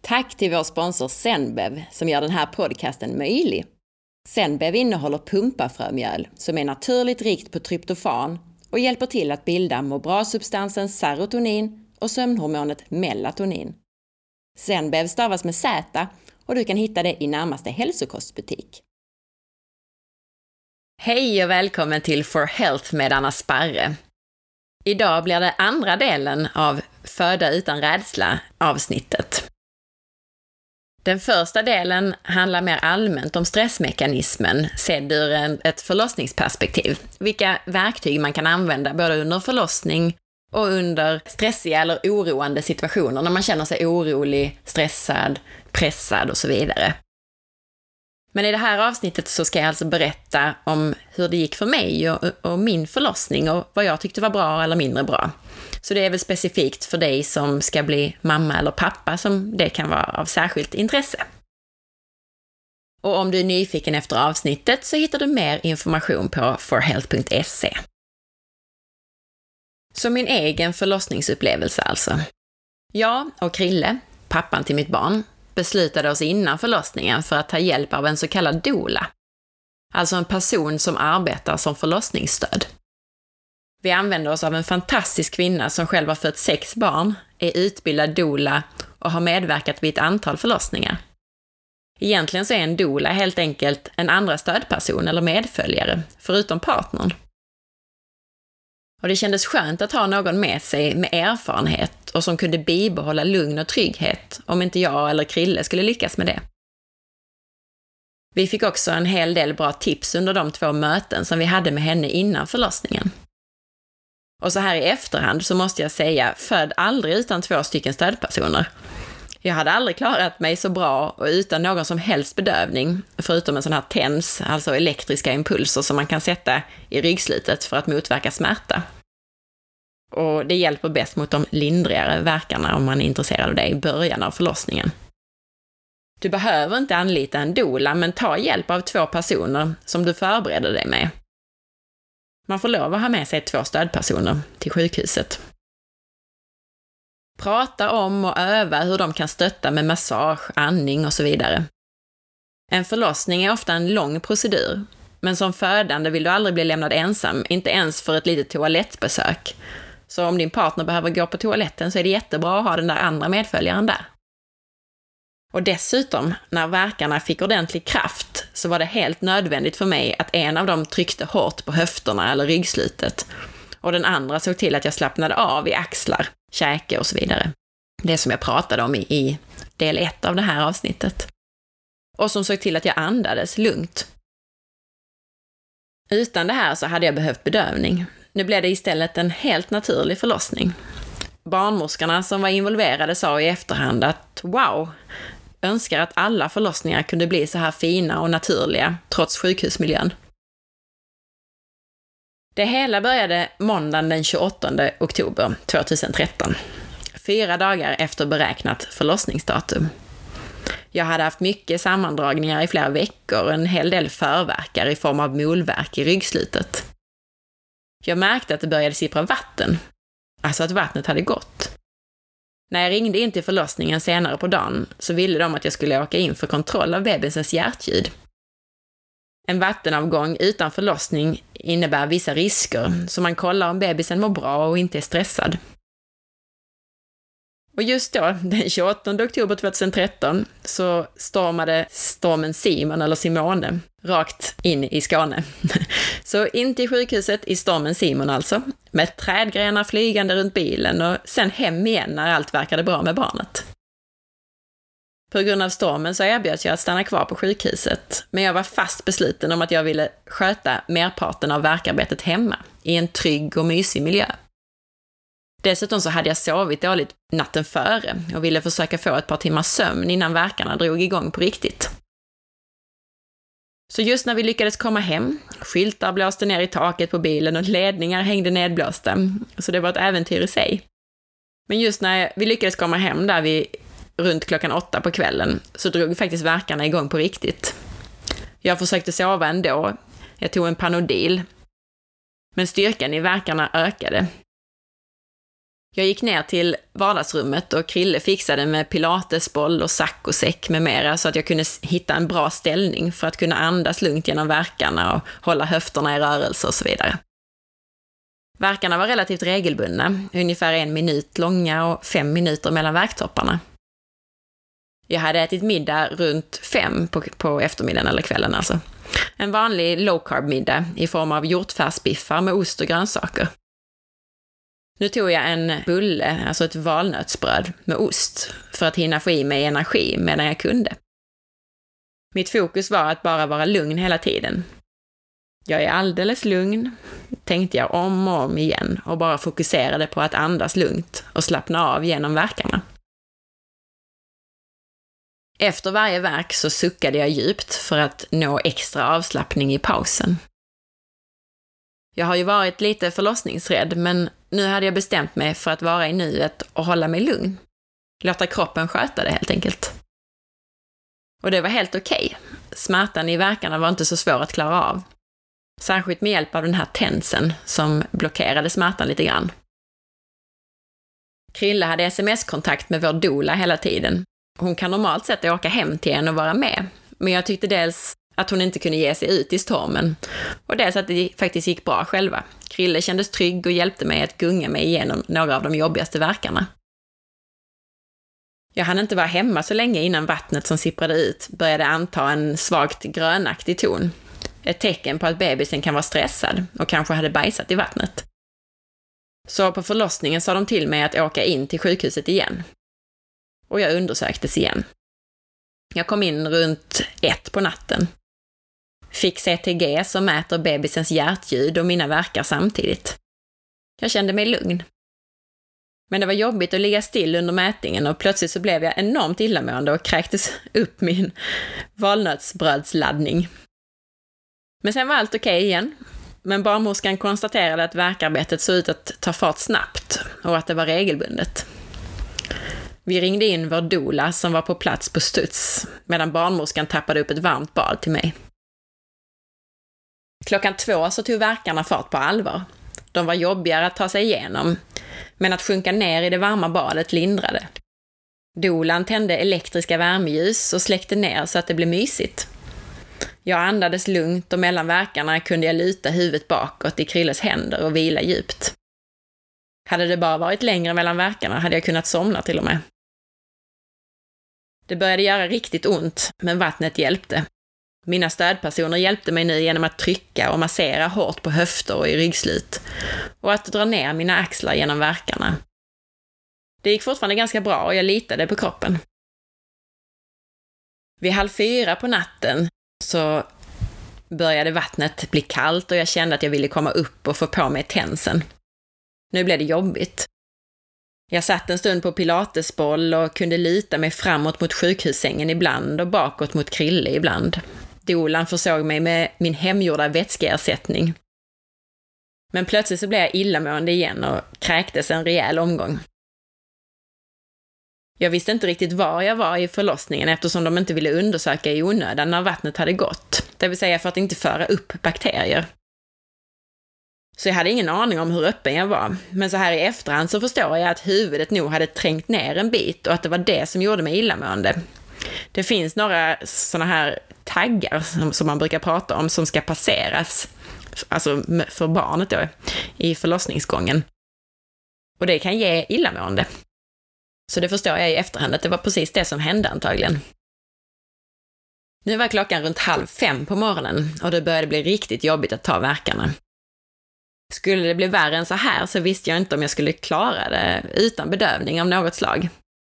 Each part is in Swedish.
Tack till vår sponsor Zenbev som gör den här podcasten möjlig. Zenbev innehåller pumpafrömjöl som är naturligt rikt på tryptofan och hjälper till att bilda må bra-substansen serotonin och sömnhormonet melatonin. Zenbev stavas med Z och du kan hitta det i närmaste hälsokostbutik. Hej och välkommen till For Health med Anna Sparre. Idag blir det andra delen av Föda utan rädsla avsnittet. Den första delen handlar mer allmänt om stressmekanismen sedd ur ett förlossningsperspektiv. Vilka verktyg man kan använda både under förlossning och under stressiga eller oroande situationer när man känner sig orolig, stressad, pressad och så vidare. Men i det här avsnittet så ska jag alltså berätta om hur det gick för mig och min förlossning och vad jag tyckte var bra eller mindre bra. Så det är väl specifikt för dig som ska bli mamma eller pappa som det kan vara av särskilt intresse. Och om du är nyfiken efter avsnittet så hittar du mer information på forhealth.se. Så min egen förlossningsupplevelse alltså. Jag och Krille, pappan till mitt barn, beslutade oss innan förlossningen för att ta hjälp av en så kallad doula. Alltså en person som arbetar som förlossningsstöd. Vi använder oss av en fantastisk kvinna som själv har fött 6 barn, är utbildad doula och har medverkat vid ett antal förlossningar. Egentligen så är en doula helt enkelt en andra stödperson eller medföljare, förutom partnern. Och det kändes skönt att ha någon med sig med erfarenhet och som kunde bibehålla lugn och trygghet om inte jag eller Krille skulle lyckas med det. Vi fick också en hel del bra tips under de 2 möten som vi hade med henne innan förlossningen. Och så här i efterhand så måste jag säga, född aldrig utan 2 stycken stödpersoner. Jag hade aldrig klarat mig så bra och utan någon som helst bedövning, förutom en sån här TENS, alltså elektriska impulser som man kan sätta i ryggslutet för att motverka smärta. Och det hjälper bäst mot de lindrigare värkarna om man är intresserad av det i början av förlossningen. Du behöver inte anlita en doula, men ta hjälp av 2 personer som du förbereder dig med. Man får lov att ha med sig 2 stödpersoner till sjukhuset. Prata om och öva hur de kan stötta med massage, andning och så vidare. En förlossning är ofta en lång procedur, men som födande vill du aldrig bli lämnad ensam, inte ens för ett litet toalettbesök. Så om din partner behöver gå på toaletten så är det jättebra att ha den där andra medföljaren där. Och dessutom, när värkarna fick ordentlig kraft så var det helt nödvändigt för mig att en av dem tryckte hårt på höfterna eller ryggslutet och den andra såg till att jag slappnade av i axlar, käke och så vidare. Det som jag pratade om i del 1 av det här avsnittet. Och som såg till att jag andades lugnt. Utan det här så hade jag behövt bedövning. Nu blev det istället en helt naturlig förlossning. Barnmorskorna som var involverade sa i efterhand att wow, önskar att alla förlossningar kunde bli så här fina och naturliga trots sjukhusmiljön. Det hela började måndagen den 28 oktober 2013, 4 dagar efter beräknat förlossningsdatum. Jag hade haft mycket sammandragningar i flera veckor och en hel del förvärkar i form av molvärk i ryggslutet. Jag märkte att det började sippra vatten, alltså att vattnet hade gått. När jag ringde in till förlossningen senare på dagen så ville de att jag skulle åka in för kontroll av bebisens hjärtljud. En vattenavgång utan förlossning innebär vissa risker, så man kollar om bebisen mår bra och inte är stressad. Och just då, den 28 oktober 2013, så stormade stormen Simon eller Simone rakt in i Skåne. Så in till sjukhuset i stormen Simon alltså, med trädgrenar flygande runt bilen och sen hem igen när allt verkade bra med barnet. På grund av stormen så erbjöds jag att stanna kvar på sjukhuset, men jag var fast besluten om att jag ville sköta merparten av verkarbetet hemma, i en trygg och mysig miljö. Dessutom så hade jag sovit dåligt natten före och ville försöka få ett par timmars sömn innan verkarna drog igång på riktigt. Så just när vi lyckades komma hem, skyltar blåste ner i taket på bilen och ledningar hängde nedblåsta, så det var ett äventyr i sig. Men just när vi lyckades komma hem där vi runt klockan 8 på kvällen så drog faktiskt verkarna igång på riktigt. Jag försökte sova ändå, jag tog en Panodil, men styrkan i verkarna ökade. Jag gick ner till vardagsrummet och Krille fixade med pilatesboll och saccosäck med mera så att jag kunde hitta en bra ställning för att kunna andas lugnt genom värkarna och hålla höfterna i rörelse och så vidare. Värkarna var relativt regelbundna, ungefär 1 minut långa och 5 minuter mellan värktopparna. Jag hade ätit middag runt 5 på eftermiddagen eller kvällen alltså. En vanlig low carb middag i form av hjortfärsbiffar med ost och grönsaker. Nu tog jag en bulle, alltså ett valnötsbröd med ost, för att hinna få i mig energi medan jag kunde. Mitt fokus var att bara vara lugn hela tiden. Jag är alldeles lugn, tänkte jag om och om igen och bara fokuserade på att andas lugnt och slappna av genom värkarna. Efter varje värk så suckade jag djupt för att nå extra avslappning i pausen. Jag har ju varit lite förlossningsrädd, men nu hade jag bestämt mig för att vara i nuet och hålla mig lugn. Låta kroppen sköta det helt enkelt. Och det var helt okej. Smärtan i värkarna var inte så svår att klara av. Särskilt med hjälp av den här tensen som blockerade smärtan lite grann. Krille hade sms-kontakt med vår doula hela tiden. Hon kan normalt sett åka hem till en och vara med. Men jag tyckte dels att hon inte kunde ge sig ut i stormen. Och dels att det faktiskt gick bra själva. Krille kändes trygg och hjälpte mig att gunga mig igenom några av de jobbigaste värkarna. Jag hann inte vara hemma så länge innan vattnet som sipprade ut började anta en svagt grönaktig ton. Ett tecken på att bebisen kan vara stressad och kanske hade bajsat i vattnet. Så på förlossningen sa de till mig att åka in till sjukhuset igen. Och jag undersöktes igen. Jag kom in runt 1 på natten. Fick CTG som mäter bebisens hjärtljud och mina värkar samtidigt. Jag kände mig lugn. Men det var jobbigt att ligga still under mätningen och plötsligt så blev jag enormt illamående och kräktes upp min valnötsbrödsladdning. Men sen var allt okej igen. Men barnmorskan konstaterade att värkarbetet såg ut att ta fart snabbt och att det var regelbundet. Vi ringde in vår doula som var på plats på studs medan barnmorskan tappade upp ett varmt bad till mig. 2:00 så tog värkarna fart på allvar. De var jobbigare att ta sig igenom, men att sjunka ner i det varma badet lindrade. Doulan tände elektriska värmeljus och släckte ner så att det blev mysigt. Jag andades lugnt och mellan värkarna kunde jag luta huvudet bakåt i Krilles händer och vila djupt. Hade det bara varit längre mellan värkarna hade jag kunnat somna till och med. Det började göra riktigt ont, men vattnet hjälpte. Mina stödpersoner hjälpte mig nu genom att trycka och massera hårt på höfter och i ryggslut och att dra ner mina axlar genom värkarna. Det gick fortfarande ganska bra och jag litade på kroppen. Vid 3:30 på natten så började vattnet bli kallt och jag kände att jag ville komma upp och få på mig tensen. Nu blev det jobbigt. Jag satt en stund på pilatesboll och kunde luta mig framåt mot sjukhussängen ibland och bakåt mot Krille ibland. Dolan försåg mig med min hemgjorda vätskeersättning. Men plötsligt så blev jag illamående igen och kräktes en rejäl omgång. Jag visste inte riktigt var jag var i förlossningen eftersom de inte ville undersöka i onödan när vattnet hade gått. Det vill säga för att inte föra upp bakterier. Så jag hade ingen aning om hur öppen jag var. Men så här i efterhand så förstår jag att huvudet nog hade trängt ner en bit och att det var det som gjorde mig illamående. Det finns några såna här taggar som man brukar prata om som ska passeras, alltså för barnet då, i förlossningsgången. Och det kan ge illamående. Så det förstår jag i efterhand att det var precis det som hände antagligen. Nu var klockan runt 4:30 på morgonen och det började bli riktigt jobbigt att ta värkarna. Skulle det bli värre än så här så visste jag inte om jag skulle klara det utan bedövning av något slag.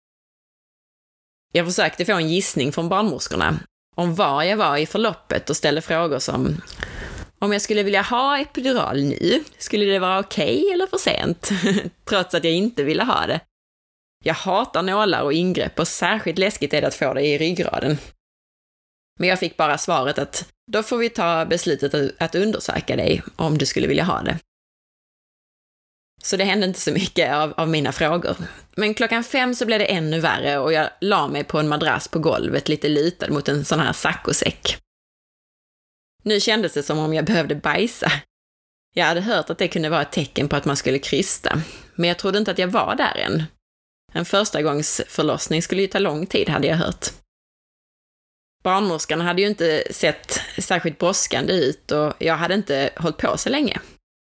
Jag försökte få en gissning från barnmorskorna om var jag var i förloppet och ställde frågor som: om jag skulle vilja ha epidural nu, skulle det vara okej eller för sent? Trots att jag inte ville ha det. Jag hatar nålar och ingrepp och särskilt läskigt är det att få det i ryggraden. Men jag fick bara svaret att då får vi ta beslutet att undersöka dig om du skulle vilja ha det. Så det hände inte så mycket av mina frågor. Men 5:00 så blev det ännu värre och jag la mig på en madrass på golvet lite lutad mot en sån här saccosäck. Nu kändes det som om jag behövde bajsa. Jag hade hört att det kunde vara ett tecken på att man skulle krysta, men jag trodde inte att jag var där än. En förstagångsförlossning skulle ju ta lång tid, hade jag hört. Barnmorskan hade ju inte sett särskilt brådskande ut och jag hade inte hållit på så länge.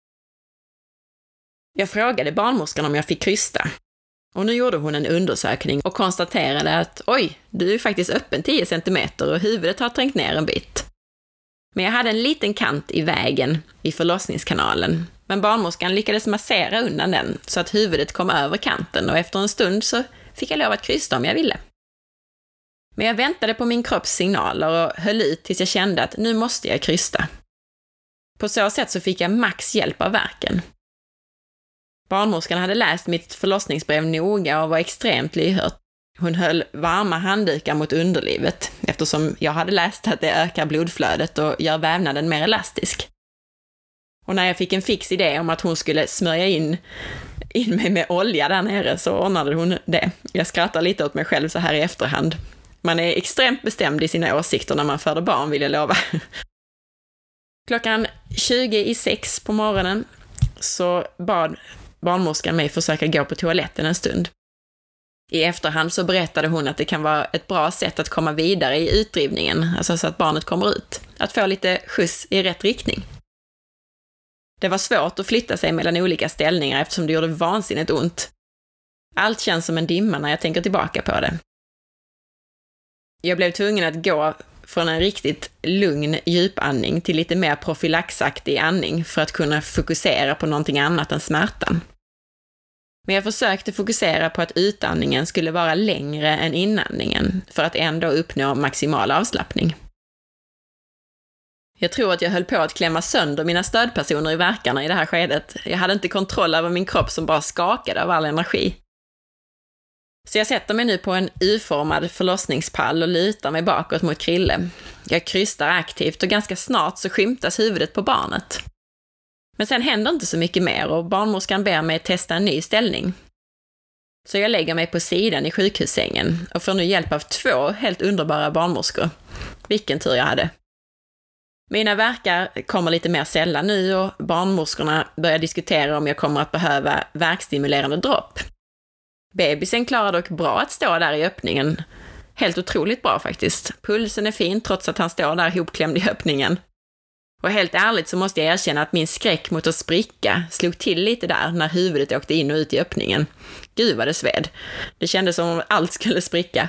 Jag frågade barnmorskan om jag fick krysta. Och nu gjorde hon en undersökning och konstaterade att oj, du är faktiskt öppen 10 centimeter och huvudet har trängt ner en bit. Men jag hade en liten kant i vägen i förlossningskanalen. Men barnmorskan lyckades massera undan den så att huvudet kom över kanten och efter en stund så fick jag lov att krysta om jag ville. Men jag väntade på min kropps signaler och höll ut tills jag kände att nu måste jag krysta. På så sätt så fick jag max hjälp av värken. Barnmorskan hade läst mitt förlossningsbrev noga och var extremt lyhörd. Hon höll varma handdukar mot underlivet eftersom jag hade läst att det ökar blodflödet och gör vävnaden mer elastisk. Och när jag fick en fix idé om att hon skulle smörja in mig med olja där nere så ordnade hon det. Jag skrattar lite åt mig själv så här i efterhand. Man är extremt bestämd i sina åsikter när man föder barn, vill jag lova. 5:20 på morgonen så bad barnmorskan mig försöka gå på toaletten en stund. I efterhand så berättade hon att det kan vara ett bra sätt att komma vidare i utdrivningen, alltså så att barnet kommer ut. Att få lite skjuts i rätt riktning. Det var svårt att flytta sig mellan olika ställningar eftersom det gjorde vansinnigt ont. Allt känns som en dimma när jag tänker tillbaka på det. Jag blev tvungen att gå från en riktigt lugn djupandning till lite mer profylaxaktig andning för att kunna fokusera på någonting annat än smärtan. Men jag försökte fokusera på att utandningen skulle vara längre än inandningen för att ändå uppnå maximal avslappning. Jag tror att jag höll på att klämma sönder mina stödpersoner i värkarna i det här skedet. Jag hade inte kontroll över min kropp som bara skakade av all energi. Så jag sätter mig nu på en U-formad förlossningspall och lutar mig bakåt mot Krille. Jag krystar aktivt och ganska snart så skymtas huvudet på barnet. Men sen händer inte så mycket mer och barnmorskan ber mig testa en ny ställning. Så jag lägger mig på sidan i sjukhussängen och får nu hjälp av 2 helt underbara barnmorskor. Vilken tur jag hade. Mina värkar kommer lite mer sällan nu och barnmorskorna börjar diskutera om jag kommer att behöva värkstimulerande dropp. Bebisen klarar dock bra att stå där i öppningen. Helt otroligt bra faktiskt. Pulsen är fin trots att han står där hopklämd i öppningen. Och helt ärligt så måste jag erkänna att min skräck mot att spricka slog till lite där när huvudet åkte in och ut i öppningen. Gud vad det sved. Det kändes som om allt skulle spricka.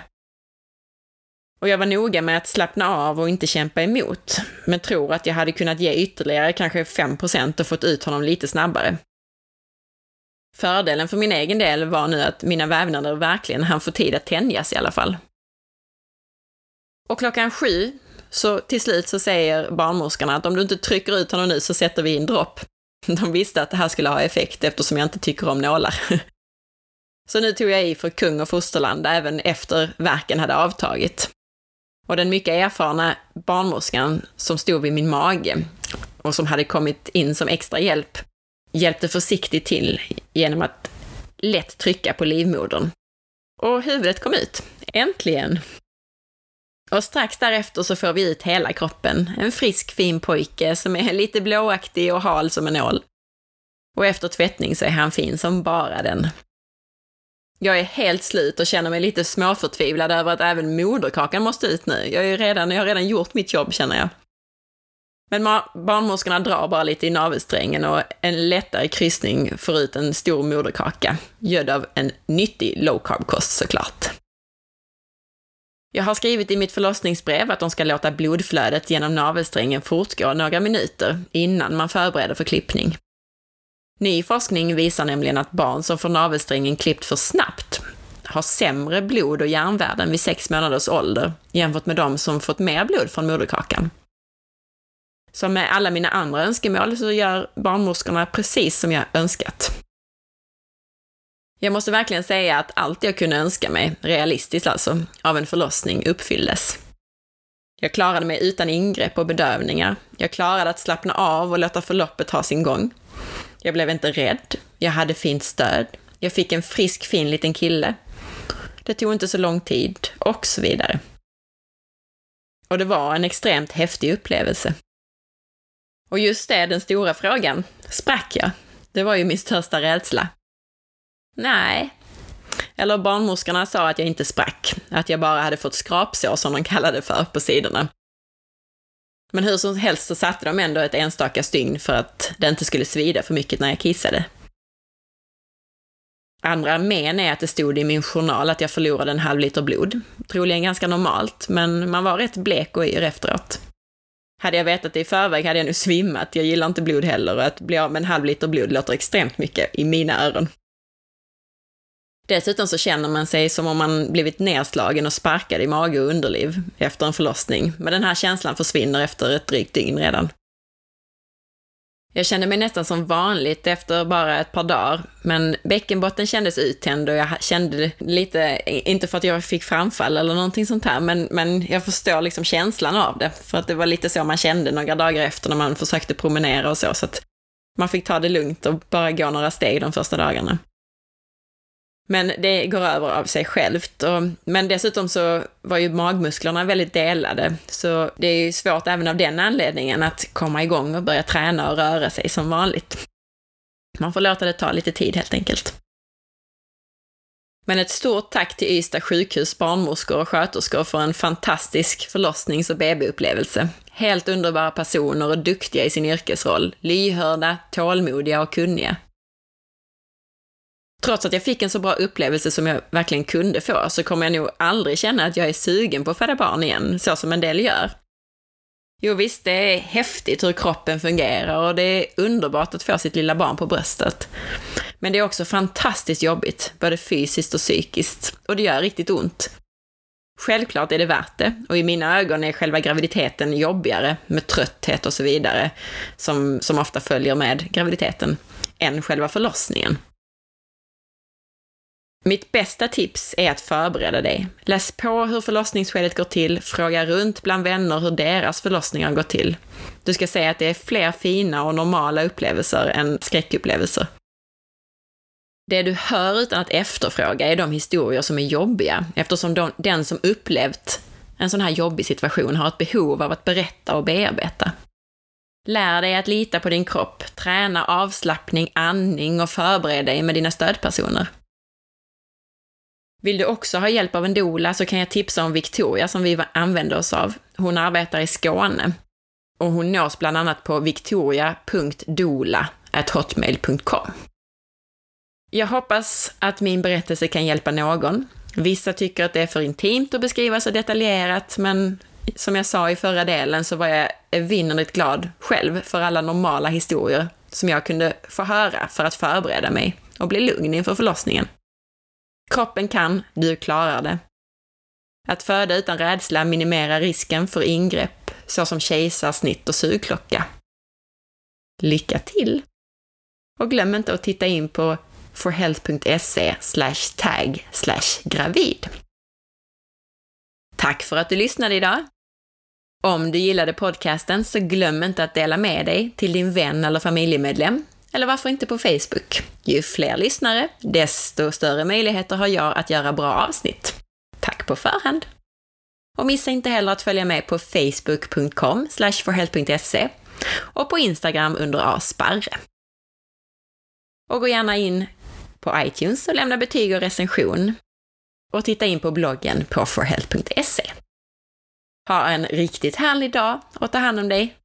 Och jag var noga med att slappna av och inte kämpa emot. Men tror att jag hade kunnat ge ytterligare kanske 5% och fått ut honom lite snabbare. Fördelen för min egen del var nu att mina vävnader verkligen hann få tid att tänjas i alla fall. Och 7:00 så till slut så säger barnmorskorna att om du inte trycker ut honom nu så sätter vi in dropp. De visste att det här skulle ha effekt eftersom jag inte tycker om nålar. Så nu tog jag i för kung och fosterland även efter värken hade avtagit. Och den mycket erfarna barnmorskan som stod vid min mage och som hade kommit in som extra hjälp hjälpte försiktigt till genom att lätt trycka på livmodern. Och huvudet kom ut. Äntligen! Och strax därefter så får vi ut hela kroppen. En frisk, fin pojke som är lite blåaktig och hal som en nål. Och efter tvättning så är han fin som bara den. Jag är helt slut och känner mig lite småförtvivlad över att även moderkakan måste ut nu. Jag har redan gjort mitt jobb, känner jag. Men barnmorskorna drar bara lite i navelsträngen och en lättare kryssning får ut en stor moderkaka, gödd av en nyttig low carb-kost såklart. Jag har skrivit i mitt förlossningsbrev att de ska låta blodflödet genom navelsträngen fortgå några minuter innan man förbereder för klippning. Ny forskning visar nämligen att barn som får navelsträngen klippt för snabbt har sämre blod- och järnvärden vid 6 månaders ålder jämfört med de som fått mer blod från moderkakan. Som med alla mina andra önskemål så gör barnmorskorna precis som jag önskat. Jag måste verkligen säga att allt jag kunde önska mig, realistiskt alltså, av en förlossning uppfylldes. Jag klarade mig utan ingrepp och bedövningar. Jag klarade att slappna av och låta förloppet ha sin gång. Jag blev inte rädd. Jag hade fint stöd. Jag fick en frisk, fin liten kille. Det tog inte så lång tid och så vidare. Och det var en extremt häftig upplevelse. Och just det, den stora frågan, sprack jag? Det var ju min största rädsla. Nej. Eller barnmorskorna sa att jag inte sprack, att jag bara hade fått skrapsår som de kallade för på sidorna. Men hur som helst så satte de ändå ett enstaka stygn för att det inte skulle svida för mycket när jag kissade. Andra men är att det stod i min journal att jag förlorade 1/2 liter blod. Troligen ganska normalt, men man var rätt blek och yr efteråt. Hade jag vetat det i förväg hade jag nu svimmat. Jag gillar inte blod heller och att bli av med 1/2 liter blod låter extremt mycket i mina öron. Dessutom så känner man sig som om man blivit nedslagen och sparkad i mage och underliv efter en förlossning. Men den här känslan försvinner efter ett drygt dygn redan. Jag kände mig nästan som vanligt efter bara ett par dagar, men bäckenbotten kändes uttänd och jag kände lite, inte för att jag fick framfall eller någonting sånt här, men jag förstår liksom känslan av det, för att det var lite så man kände några dagar efter när man försökte promenera och så att man fick ta det lugnt och bara gå några steg de första dagarna. Men det går över av sig självt. Men dessutom så var ju magmusklerna väldigt delade. Så det är ju svårt även av den anledningen att komma igång och börja träna och röra sig som vanligt. Man får låta det ta lite tid helt enkelt. Men ett stort tack till Ystad sjukhus, barnmorskor och sköterskor för en fantastisk förlossnings- och BB-upplevelse. Helt underbara personer och duktiga i sin yrkesroll. Lyhörda, tålmodiga och kunniga. Trots att jag fick en så bra upplevelse som jag verkligen kunde få så kommer jag nog aldrig känna att jag är sugen på att föda barn igen, så som en del gör. Jo visst, det är häftigt hur kroppen fungerar och det är underbart att få sitt lilla barn på bröstet. Men det är också fantastiskt jobbigt, både fysiskt och psykiskt, och det gör riktigt ont. Självklart är det värt det, och i mina ögon är själva graviditeten jobbigare med trötthet och så vidare, som ofta följer med graviditeten, än själva förlossningen. Mitt bästa tips är att förbereda dig. Läs på hur förlossningsskedet går till, fråga runt bland vänner hur deras förlossningar går till. Du ska säga att det är fler fina och normala upplevelser än skräckupplevelser. Det du hör utan att efterfråga är de historier som är jobbiga, eftersom den som upplevt en sån här jobbig situation har ett behov av att berätta och bearbeta. Lär dig att lita på din kropp, träna avslappning, andning och förbered dig med dina stödpersoner. Vill du också ha hjälp av en doula så kan jag tipsa om Victoria som vi använder oss av. Hon arbetar i Skåne och hon nås bland annat på victoria.doula@hotmail.com. Jag hoppas att min berättelse kan hjälpa någon. Vissa tycker att det är för intimt att beskriva så detaljerat, men som jag sa i förra delen så var jag evinnerligt glad själv för alla normala historier som jag kunde få höra för att förbereda mig och bli lugn inför förlossningen. Kroppen kan, du klarar det. Att föda utan rädsla minimerar risken för ingrepp såsom kejsarsnitt och sugklocka. Lycka till! Och glöm inte att titta in på forhealth.se/tag/gravid. Tack för att du lyssnade idag! Om du gillade podcasten så glöm inte att dela med dig till din vän eller familjemedlem. Eller varför inte på Facebook? Ju fler lyssnare, desto större möjligheter har jag att göra bra avsnitt. Tack på förhand! Och missa inte heller att följa med på facebook.com/forhealth.se och på Instagram under asparre. Och gå gärna in på iTunes och lämna betyg och recension. Och titta in på bloggen på forhealth.se. Ha en riktigt härlig dag och ta hand om dig.